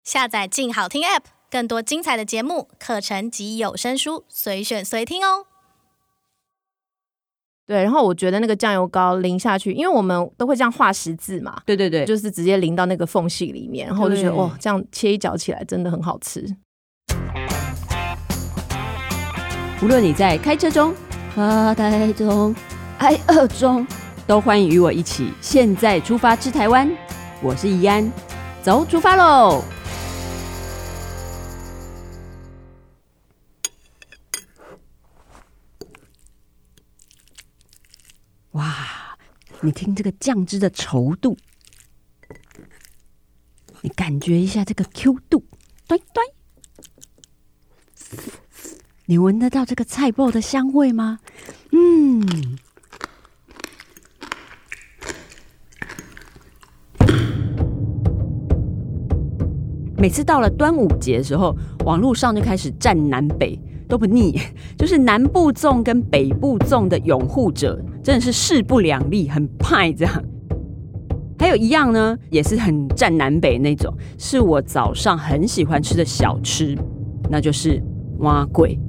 下载静好听 App， 更多精彩的节目、课程及有声书，随选随听哦。 对，然后我觉得那个酱油膏淋下去，因为我们都会这样画十字嘛， 对对对， 就是直接淋到那个缝隙里面，然后我就觉得哇，这样切一角起来真的很好吃。 无论你在开车中、发呆中、挨饿中，都欢迎与我一起现在出发吃台湾。我是怡安，走，出发喽！哇，你听这个酱汁的稠度，你感觉一下这个 Q 度，对对，你闻得到这个菜脯的香味吗？每次到了端午节的时候，网络上就开始战南北，都不腻，就是南部粽跟北部粽的拥护者真的是势不两立，很派这样。还有一样呢，也是很战南北那种，是我早上很喜欢吃的小吃，那就是碗粿。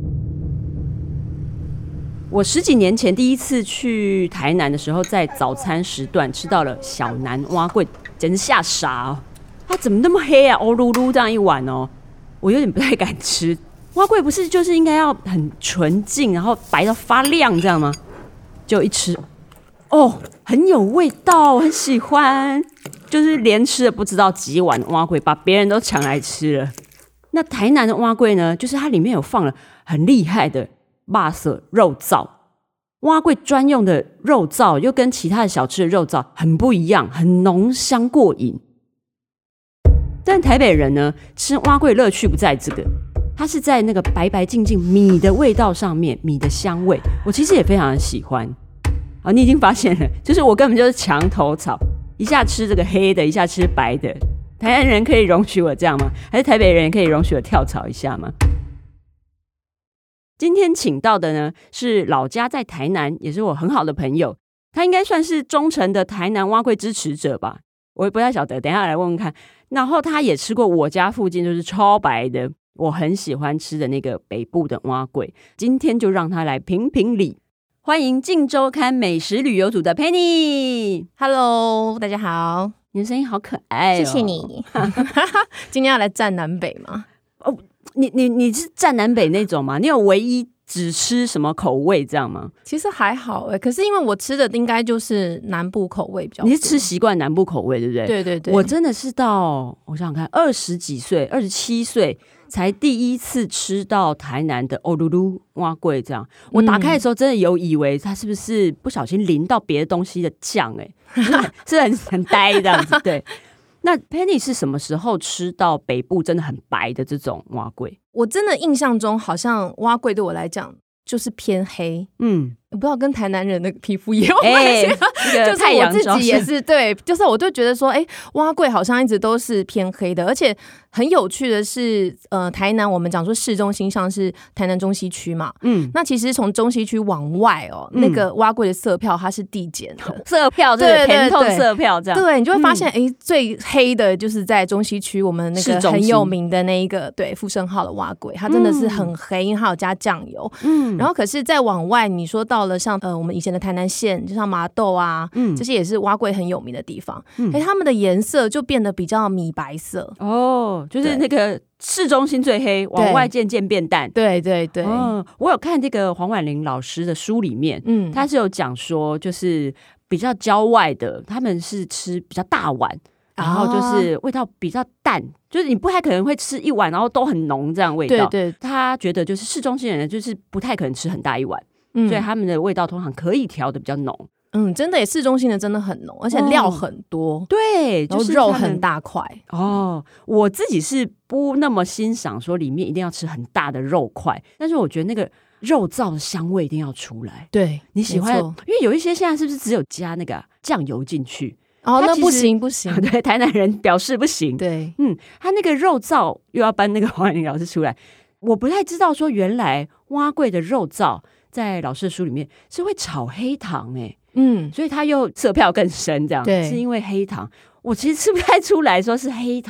我10几年前第一次去台南的时候，在早餐时段吃到了小南碗粿，简直吓傻哦！它怎么那么黑啊？欧噜噜这样一碗哦，我有点不太敢吃。碗粿不是就是应该要很纯净，然后白到发亮这样吗？就一吃，哦，很有味道，我很喜欢。就是连吃了不知道几碗碗粿，把别人都抢来吃了。那台南的碗粿呢，就是它里面有放了很厉害的肉色肉燥，碗粿专用的肉燥又跟其他的小吃的肉燥很不一样，很浓香过瘾。但台北人呢，吃碗粿乐趣不在这个，它是在那个白白净净米的味道上面，米的香味，我其实也非常的喜欢。好，你已经发现了，就是我根本就是墙头草，一下吃这个黑的，一下吃白的。台南人可以容许我这样吗？还是台北人也可以容许我跳槽一下吗？今天请到的呢，是老家在台南，也是我很好的朋友，他应该算是忠诚的台南碗粿支持者吧，我也不太晓得，等一下来问问看。然后他也吃过我家附近就是超白的，我很喜欢吃的那个北部的碗粿，今天就让他来评评理。欢迎镜周刊美食旅游组的 Penny。 Hello， 大家好， 你的声音好可爱哦， 谢谢你。今天要来战南北吗？ 哦，你是战南北那种吗？你有唯一只吃什么口味这样吗？ 其实还好可是因为我吃的应该就是南部口味比较多。 你是吃习惯南部口味对不对？ 对对对， 我真的是到我想想看20几岁27岁才第一次吃到台南的欧噜噜碗粿这样。我打开的时候真的有以为它是不是不小心淋到别的东西的酱是很呆这样子。对，那 Penny 是什么时候吃到北部真的很白的这种碗粿？ 我真的印象中好像碗粿对我来讲就是偏黑，我不知道跟台南人的皮肤也有关系，就是我自己也是对，就是我就觉得说，碗粿好像一直都是偏黑的，而且很有趣的是，台南我们讲说市中心像是台南中西区嘛，那其实从中西区往外那个碗粿的色票它是递减的， 色票对甜透色票这样， 对，你就会发现，最黑的就是在中西区我们那个很有名的那一个对富盛号的碗粿，它真的是很黑，因为它有加酱油，然后可是再往外，你说到了像我们以前的台南县，就像麻豆啊，这些也是碗粿很有名的地方，他们的颜色就变得比较米白色哦， 就是那个市中心最黑，往外渐渐变淡。 对对对， 我有看这个黄婉玲老师的书里面，他是有讲说，就是比较郊外的，他们是吃比较大碗。然后就是味道比较淡，就是你不太可能会吃一碗然后都很浓这样味道。对对，他觉得就是市中心人就是不太可能吃很大一碗，所以他们的味道通常可以调的比较浓。 真的市中心的真的很浓，而且料很多， 对， 就是肉很大块。 我自己是不那么欣赏说里面一定要吃很大的肉块，但是我觉得那个肉燥的香味一定要出来。 对， 你喜欢，因为有一些现在是不是只有加那个酱油进去？ 那不行不行， 对，台南人表示不行。 对， 他那个肉燥又要搬那个黄婉玲老师出来，我不太知道说原来碗粿的肉燥在老师的书里面是会炒黑糖所以它又色票更深，这样是因为黑糖。我其实吃不太出来说是黑糖，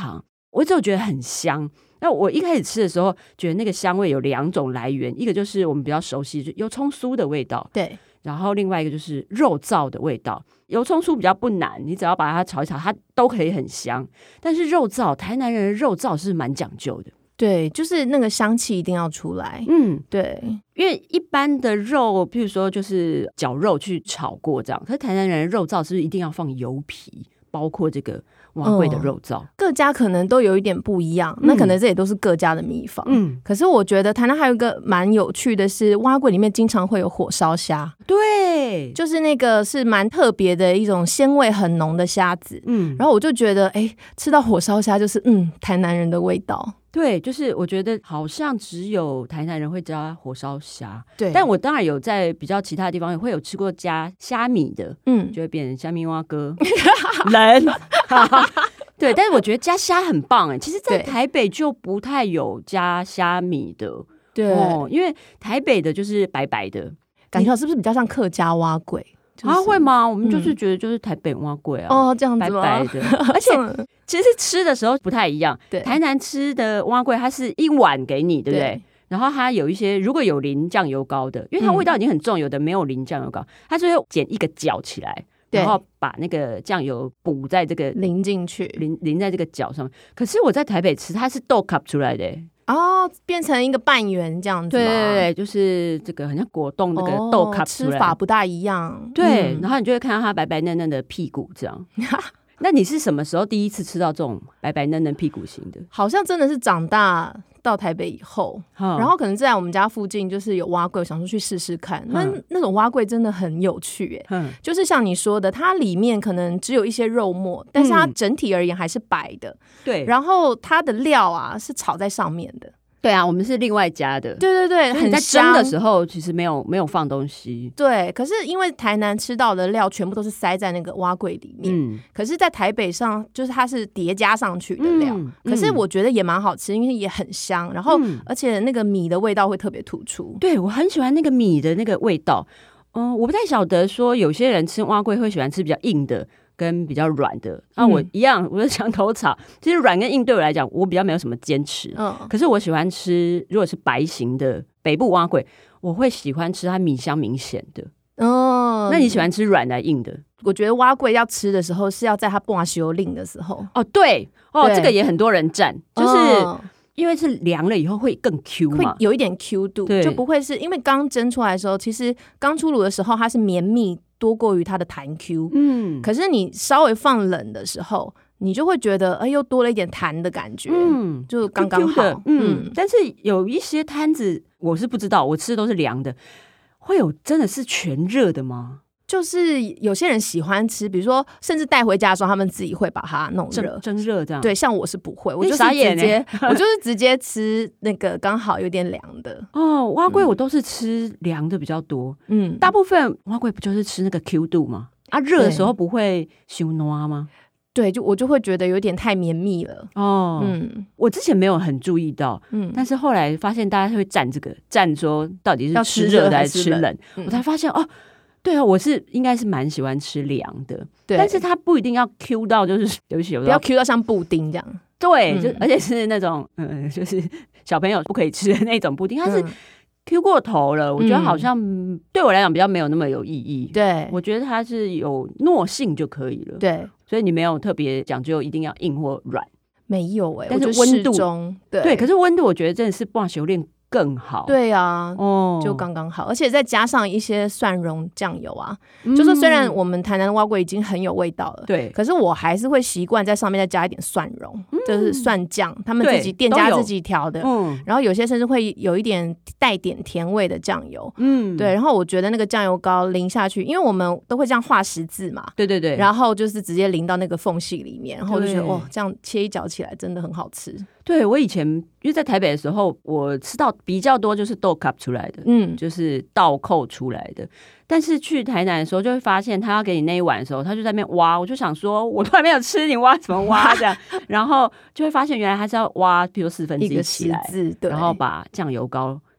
我只有觉得很香。那我一开始吃的时候，觉得那个香味有2种来源，一个就是我们比较熟悉油葱酥的味道， 对， 然后另外一个就是肉燥的味道。油葱酥比较不难，你只要把它炒一炒，它都可以很香。但是肉燥，台南人的肉燥是蛮讲究的， 对，就是那个香气一定要出来。对， 因为一般的肉，譬如说就是绞肉去炒过这样，可是台南人的肉燥是不是一定要放油皮，包括这个碗粿的肉燥， 各家可能都有一点不一样，那可能这也都是各家的秘方。可是我觉得台南还有一个蛮有趣的是，碗粿里面经常会有火烧虾， 对， 就是那个是蛮特别的一种鲜味很浓的虾子。然后我就觉得，吃到火烧虾就是台南人的味道。 对，就是我觉得好像只有台南人会加火烧虾， 对。 但我当然有在比较其他地方也会有吃过加虾米的，就会变成虾米蛙哥人。对，但是我觉得加虾很棒其实在台北就不太有加虾米的， 对， 因为台北的就是白白的， 感觉是不是比较像客家碗粿？ 会吗？我们就是觉得就是台北碗粿啊， 这样子吗？ 白白的，而且其实吃的时候不太一样。对，台南吃的碗粿它是一碗给你，对不对？然后它有一些如果有淋酱油膏的，因为它味道已经很重，有的没有淋酱油膏，它就会剪一个角起来，然后把那个酱油补在这个淋进去， 淋在这个角上面。可是我在台北吃，它是豆卡出来的变成一个半圆这样子吗？ 对，就是这个很像果冻那个豆卡出来， 吃法不大一样。 对，然后你就会看到它白白嫩嫩的屁股这样。那你是什么时候第一次吃到这种白白嫩嫩屁股型的？ 好像真的是长大到台北以后，然后可能在我们家附近就是有碗粿，想说去试试看。那种碗粿真的很有趣就是像你说的，它里面可能只有一些肉末，但是它整体而言还是白的。 对， 然后它的料是炒在上面的。 对啊，我们是另外加的。 对对对，很香。 在蒸的时候其实没有放东西。 对，可是因为台南吃到的料全部都是塞在那个碗粿里面，可是在台北上就是它是叠加上去的料，可是我觉得也蛮好吃，因为也很香，然后而且那个米的味道会特别突出。 对，我很喜欢那个米的那个味道。我不太晓得说有些人吃碗粿会喜欢吃比较硬的跟比较软的，我一样，我是墙头草。其实软跟硬对我来讲，我比较没有什么坚持。可是我喜欢吃，如果是白型的北部碗粿，我会喜欢吃它米香明显的。那你喜欢吃软的硬的？ 我觉得碗粿要吃的时候是要在它半熟令的时候。 对，这个也很多人赞，就是因为是凉了以后会更 Q 嘛， 会有一点 Q 度，就不会是因为刚蒸出来的时候，其实刚出炉的时候它是绵密多过于它的弹 Q，可是你稍微放冷的时候，你就会觉得又多了一点弹的感觉，就刚刚好。 但是有一些摊子我是不知道，我吃的都是凉的，会有真的是全热的吗？ 就是有些人喜欢吃，比如说甚至带回家的时候，他们自己会把它弄热蒸热这样。 对，像我是不会，我就是直接我就是直接吃那个刚好有点凉的。 碗粿我都是吃凉的比较多。大部分碗粿不就是吃那个 Q 度吗？热的时候不会太软吗？ 对，我就会觉得有点太绵密了。 我之前没有很注意到，但是后来发现大家会站这个站说到底是吃热的还是吃冷，我才发现对啊，我是应该是蛮喜欢吃凉的，但是它不一定要 Q 到，就是对不起， 不要 Q 到像布丁这样。 对，而且是那种就是小朋友不可以吃的那种布丁，它是 Q 过头了，我觉得好像对我来讲比较没有那么有意义。 对， 我觉得它是有糯性就可以了。 对， 所以你没有特别讲究一定要硬或软， 没有但是温度对， 可是温度我觉得真的是半熟练更好。 对啊，就刚刚好，而且再加上一些蒜蓉酱油就是虽然我们台南的碗粿已经很有味道了， 对， 可是我还是会习惯在上面再加一点蒜蓉，就是蒜酱，他们自己店家自己调的，然后有些甚至会有一点带点甜味的酱油，对，然后我觉得那个酱油膏淋下去，因为我们都会这样画十字嘛， 对对对， 然后就是直接淋到那个缝隙里面，然后我就觉得这样切一角起来真的很好吃。 对，我以前因为在台北的时候，我吃到比较多就是豆卡出来的，就是倒扣出来的。但是去台南的时候，就会发现他要给你那一碗的时候，他就在那边挖，我就想说，我都还没有吃，你挖怎么挖这样？然后就会发现原来他是要挖，比如1/4起来，然后把酱油膏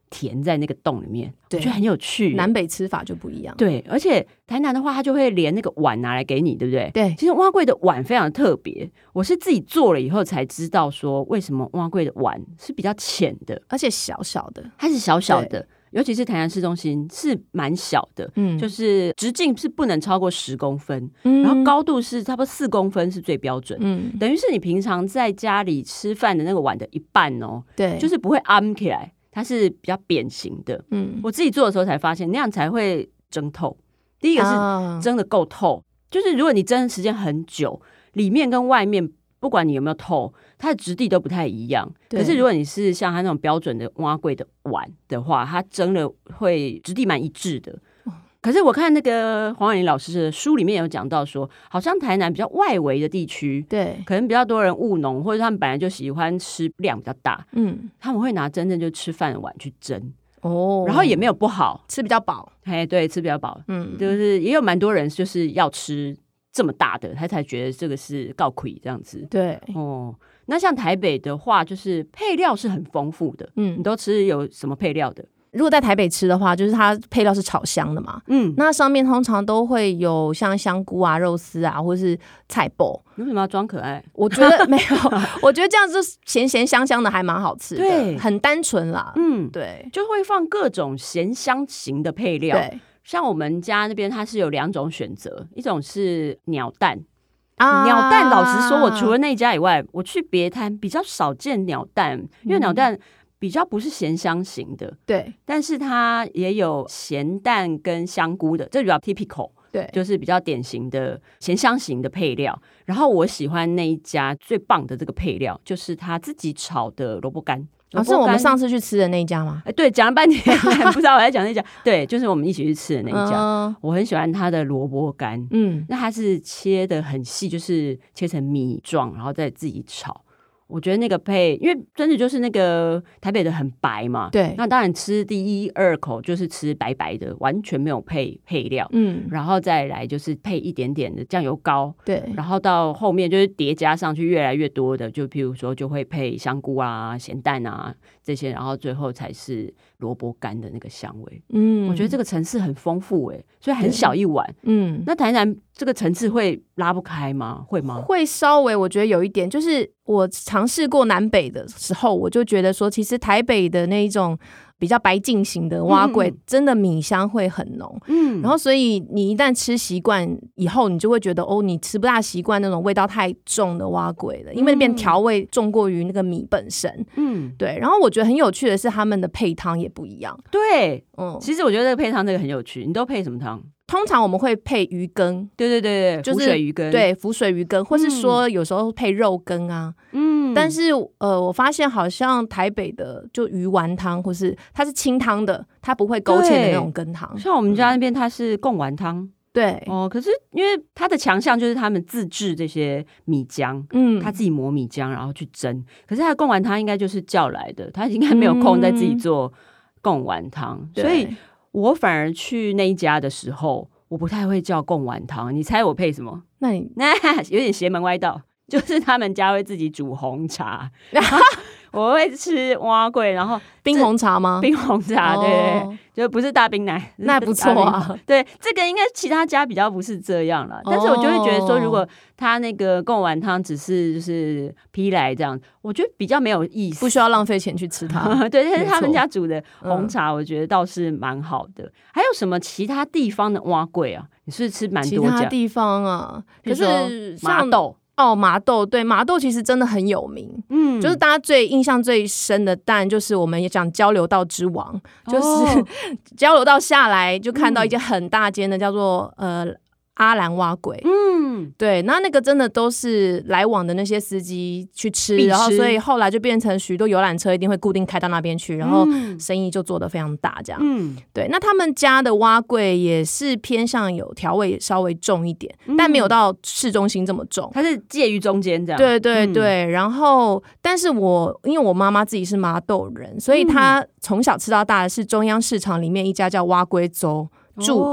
填在那个洞里面，我觉得很有趣。 南北吃法就不一样。 对，而且台南的话，它就会连那个碗拿来给你，对不对？ 对， 其实碗粿的碗非常特别，我是自己做了以后才知道说，为什么碗粿的碗是比较浅的， 而且小小的， 它是小小的。尤其是台南市中心是蛮小的，就是直径是不能超过10公分，然后高度是差不多4公分是最标准，等于是你平常在家里吃饭的那个碗的一半哦， 对， 就是不会凹起来，它是比较扁形的，我自己做的时候才发现那样才会蒸透。第一个是蒸的够透，就是如果你蒸的时间很久，里面跟外面不管你有没有透，它的质地都不太一样。可是如果你是像它那种标准的碗粿的碗的话，它蒸了会质地蛮一致的。可是我看那个黄婉玲老师的书里面有讲到说，好像台南比较外围的地区， 对， 可能比较多人务农，或者他们本来就喜欢吃量比较大，他们会拿真正就吃饭的碗去蒸。然后也没有不好， 吃比较饱。 对，吃比较饱。就是也有蛮多人就是要吃这么大的，他才觉得这个是够亏这样子。 对那像台北的话，就是配料是很丰富的。你都吃有什么配料的？ 如果在台北吃的话，就是它配料是炒香的嘛，那上面通常都会有像香菇啊、肉丝啊，或是菜脯。 你为什么要装可爱？ 我觉得没有，我觉得这样就咸咸香香的，还蛮好吃的，对，很单纯啦。对， 就会放各种咸香型的配料。对，像我们家那边它是有2种选择，一种是鸟蛋。鸟蛋老实说，我除了那家以外，我去别摊比较少见鸟蛋，因为鸟蛋比较不是咸香型的， 对， 但是它也有咸蛋跟香菇的，这比较 typical， 对，就是比较典型的咸香型的配料。然后我喜欢那一家最棒的这个配料，就是他自己炒的萝卜干。 是我们上次去吃的那一家吗？ 对，讲了半天不知道我在讲那家。对，就是我们一起去吃的那一家。我很喜欢它的萝卜干，那它是切的很细，就是切成米状，然后再自己炒。我觉得那个配，因为真的就是那个台北的很白嘛，对，那当然吃第一2口就是吃白白的，完全没有配料，然后再来就是配一点点的酱油膏，对，然后到后面就是叠加上去越来越多的，就譬如说就会配香菇啊、咸蛋啊这些，然后最后才是萝卜干的那个香味。我觉得这个层次很丰富所以很小一碗。那台南这个层次会拉不开吗？会吗？ 会稍微，我觉得有一点，就是我尝试过南北的时候，我就觉得说，其实台北的那一种比较白净型的碗粿，真的米香会很浓。然后所以你一旦吃习惯以后，你就会觉得你吃不大习惯那种味道太重的碗粿了，因为那边调味重过于那个米本身。对。然后我觉得很有趣的是，他们的配汤也不一样。 对，其实我觉得配汤这个很有趣。你都配什么汤？ 通常我们会配鱼羹， 对，就是浮水鱼羹， 对，浮水鱼羹，或是说有时候配肉羹啊。但是我发现好像台北的就鱼丸汤，或是它是清汤的，它不会勾芡的那种羹汤。 像我们家那边它是贡丸汤。 对可是因为它的强项就是他们自制这些米浆，他自己磨米浆然后去蒸。可是它的贡丸汤应该就是叫来的，他应该没有空在自己做贡丸汤，所以我反而去那一家的时候，我不太会叫贡丸汤。你猜我配什么？ 那有点邪门歪道，就是他们家会自己煮红茶。我会吃碗粿，然后冰红茶吗？ 冰红茶，对，就不是大冰奶， 那不错啊。 对，这个应该其他家比较不是这样了，但是我就会觉得说，如果他那个贡丸汤只是就是批来这样，我觉得比较没有意思， 不需要浪费钱去吃它。 对，但是他们家煮的红茶，我觉得倒是蛮好的。还有什么其他地方的碗粿啊？你是吃蛮多家？ 其他地方啊，可是麻豆。 麻豆，对，麻豆其实真的很有名，就是大家印象最深的，当然就是我们也讲交流道之王，就是交流道下来就看到一间很大间的，叫做阿兰碗粿，对，那个真的都是来往的那些司机去吃，然后所以后来就变成许多游览车一定会固定开到那边去，然后生意就做得非常大，这样，对。那他们家的碗粿也是偏向有调味稍微重一点，但没有到市中心这么重， 它是介于中间这样。 对对对，然后但是因为我妈妈自己是麻豆人，所以她从小吃到大的是中央市场里面一家叫碗粿粥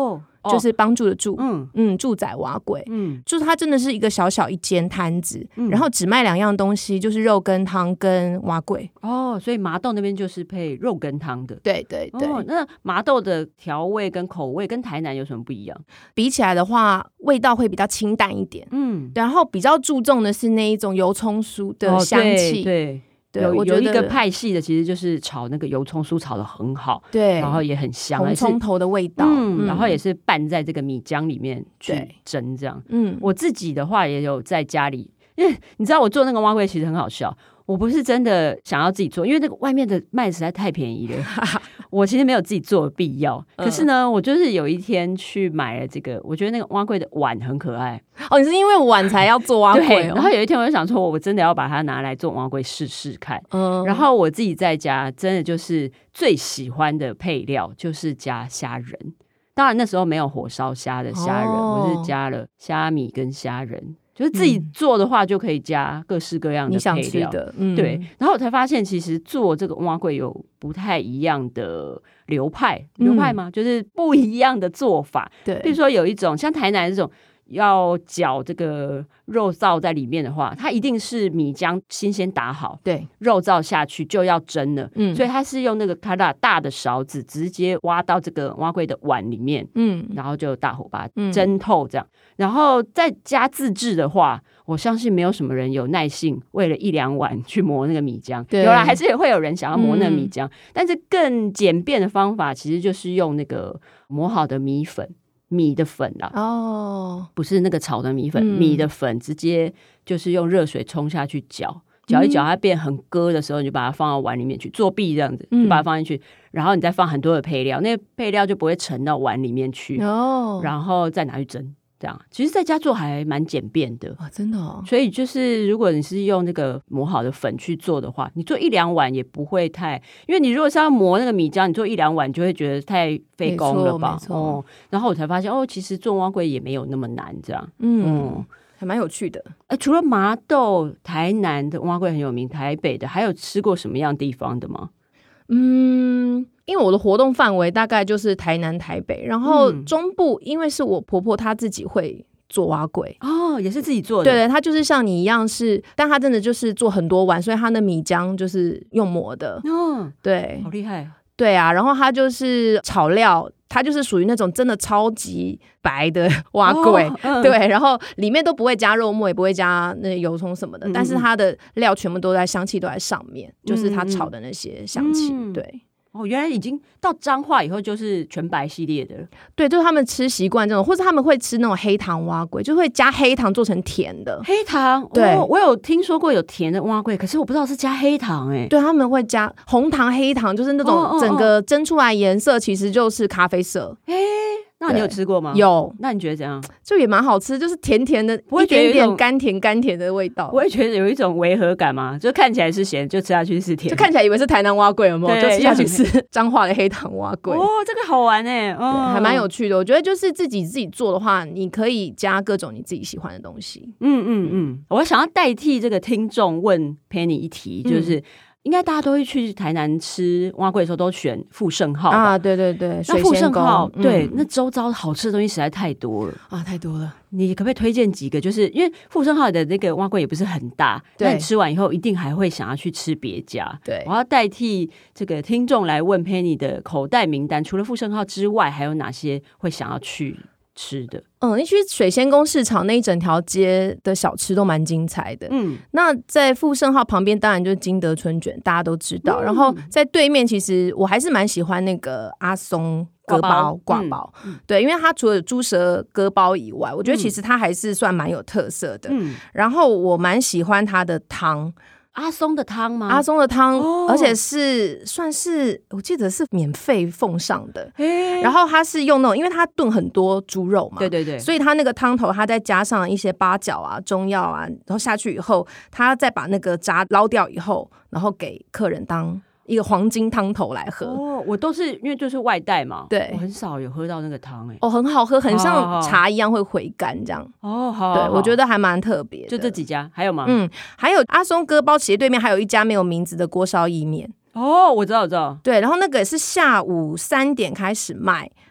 就是帮助的助，住宅碗粿，就是它真的是一个小小一间摊子，然后只卖2样东西，就是肉羹汤跟碗粿。 所以麻豆那边就是配肉羹汤的。 对对对。 那麻豆的调味跟口味跟台南有什么不一样？ 比起来的话，味道会比较清淡一点，然后比较注重的是那一种油葱酥的香气， 对。有一个派系的，其实就是炒那个油葱酥炒得很好， 对， 然后也很香， 红葱头的味道， 然后也是拌在这个米浆里面去蒸这样。我自己的话也有在家里，因为你知道我做那个碗粿其实很好笑，我不是真的想要自己做，因为那个外面的卖实在太便宜了，我其实没有自己做的必要。可是呢，我就是有一天去买了这个，我觉得那个碗粿的碗很可爱。 你是因为碗才要做碗粿？ 然后有一天我就想说，我真的要把它拿来做碗粿试试看。然后我自己在家真的就是最喜欢的配料就是加虾仁。当然那时候没有火烧虾的虾仁，我是加了虾米跟虾仁。就是自己做的话，就可以加各式各样的配料，你想吃的，对。然后我才发现，其实做这个碗粿有不太一样的流派吗？就是不一样的做法。对，比如说有一种像台南这种要搅这个肉燥在里面的话，它一定是米浆新鲜打好，对，肉燥下去就要蒸了，所以它是用那个大的勺子直接挖到这个碗粿的碗里面，然后就大火把它蒸透这样。然后再加自制的话，我相信没有什么人有耐性为了1-2碗去磨那个米浆，有啦，还是也会有人想要磨那个米浆，但是更简便的方法其实就是用那个磨好的米的粉啦，不是那个炒的米粉，米的粉直接就是用热水冲下去搅一搅，它变很割的时候，你就把它放到碗里面去作弊这样子，就把它放进去，然后你再放很多的配料，那配料就不会沉到碗里面去，然后再拿去蒸。这样其实在家做还蛮简便的真的所以就是如果你是用那个磨好的粉去做的话，你做1-2碗也不会太，因为你如果是要磨那个米浆，你做1-2碗就会觉得太费工了吧。然后我才发现其实做碗粿也没有那么难这样。 还蛮有趣的。 除了麻豆台南的碗粿很有名，台北的还有吃过什么样地方的吗？ 因为我的活动范围大概就是台南台北，然后中部因为是我婆婆她自己会做碗粿也是自己做的。 对，她就是像你一样但她真的就是做很多碗，所以她的米浆就是用磨的。对， 好厉害。 对啊，然后她就是炒料，它就是属于那种真的超级白的碗粿，对，然后里面都不会加肉末，也不会加那油葱什么的，但是它的料全部都在，香气都在上面，就是它炒的那些香气。对， 原来已经到彰化以后就是全白系列的了。 对，就是他们吃习惯这种，或者他们会吃那种黑糖碗粿，就会加黑糖做成甜的。 黑糖，对，我有听说过有甜的碗粿，可是我不知道是加黑糖。 对，他们会加红糖、黑糖，就是那种整个蒸出来颜色其实就是咖啡色。 那你有吃过吗？ 有。 那你觉得怎样？ 就也蛮好吃，就是甜甜的， 不会觉得一点点甘甜的味道。 不会觉得有一种违和感吗？就看起来是咸，就吃下去是甜， 就看起来以为是台南碗粿，有没有？就吃下去是彰化的黑糖碗粿。 这个好玩还蛮有趣的。我觉得就是自己做的话，你可以加各种你自己喜欢的东西。 我想要代替这个听众问 Penny 一题，就是应该大家都会去台南吃碗粿的时候都选富盛号吧？ 对对对， 那富盛号对，那周遭好吃的东西实在太多了太多了。 你可不可以推荐几个？就是因为富盛号的那个碗粿也不是很大，那你吃完以后一定还会想要去吃别家。对，我要代替这个听众来问 Penny 的口袋名单，除了富盛号之外，还有哪些会想要去吃的？ 其实水仙宫市场那一整条街的小吃都蛮精彩的。那在富盛号旁边当然就是金德春卷，大家都知道。然后在对面，其实我还是蛮喜欢那个阿松割包挂包。对，因为它除了猪舌割包以外，我觉得其实它还是算蛮有特色的。然后我蛮喜欢它的汤。 阿松的汤吗？ 阿松的汤，而且是算是我记得是免费奉上的。然后它是用那种，因为它炖很多猪肉嘛，对对对，所以它那个汤头，它再加上一些八角啊、中药啊，然后下去以后，它再把那个渣捞掉以后，然后给客人当一个黄金汤头来喝。 我都是因为就是外带嘛， 对， 我很少有喝到那个汤。 很好喝，很像茶一样会回甘这样。 好， 对，我觉得还蛮特别的。 就这几家，还有吗？ 还有阿松割包斜对面还有一家没有名字的锅烧意面。 我知道。 对，然后那个也是下午3点开始卖，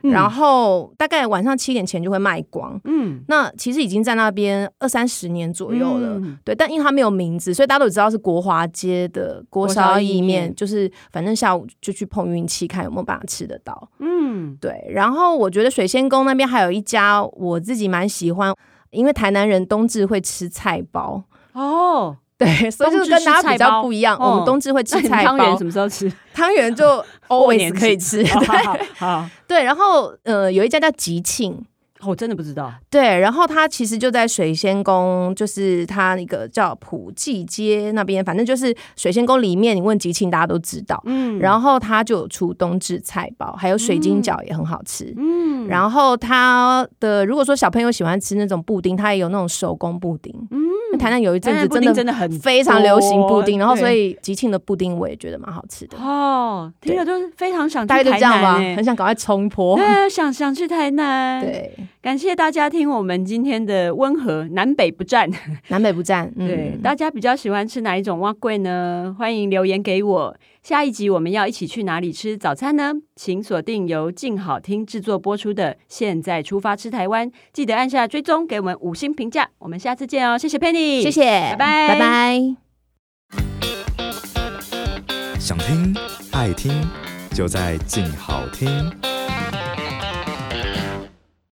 然后大概晚上7点前就会卖光。那其实已经在那边20-30年左右了。对，但因为它没有名字，所以大家都知道是国华街的锅烧意面，就是反正下午就去碰运气，看有没有办法吃得到。对。然后我觉得水仙宫那边还有一家我自己蛮喜欢，因为台南人冬至会吃菜包哦。对，所以就跟大家比较不一样。我们冬至会吃菜包， 汤圆什么时候吃？ 汤圆就 always 可以吃。对，然后有一家叫吉庆。 我真的不知道。 对，然后它其实就在水仙宫，就是它那个叫普济街那边，反正就是水仙宫里面，你问吉庆大家都知道。然后它就有出冬至菜包，还有水晶饺也很好吃。然后它的如果说小朋友喜欢吃那种布丁，它也有那种手工布丁。台南有一阵子真的很非常流行布丁，然后所以吉庆的布丁我也觉得蛮好吃的。 听了就是非常想去台南。大概就这样吧， 很想赶快冲波。 对，想去台南。 对， 感谢大家听我们今天的温和南北不战。 南北不战。 对，大家比较喜欢吃哪一种碗粿呢？欢迎留言给我。下一集我们要一起去哪里吃早餐呢？请锁定由静好听制作播出的《现在出发吃台湾》，记得按下追踪，给我们5星评价。我们下次见哦，谢谢 Penny， 谢谢， 拜拜， 拜拜。 想听爱听，就在静好听。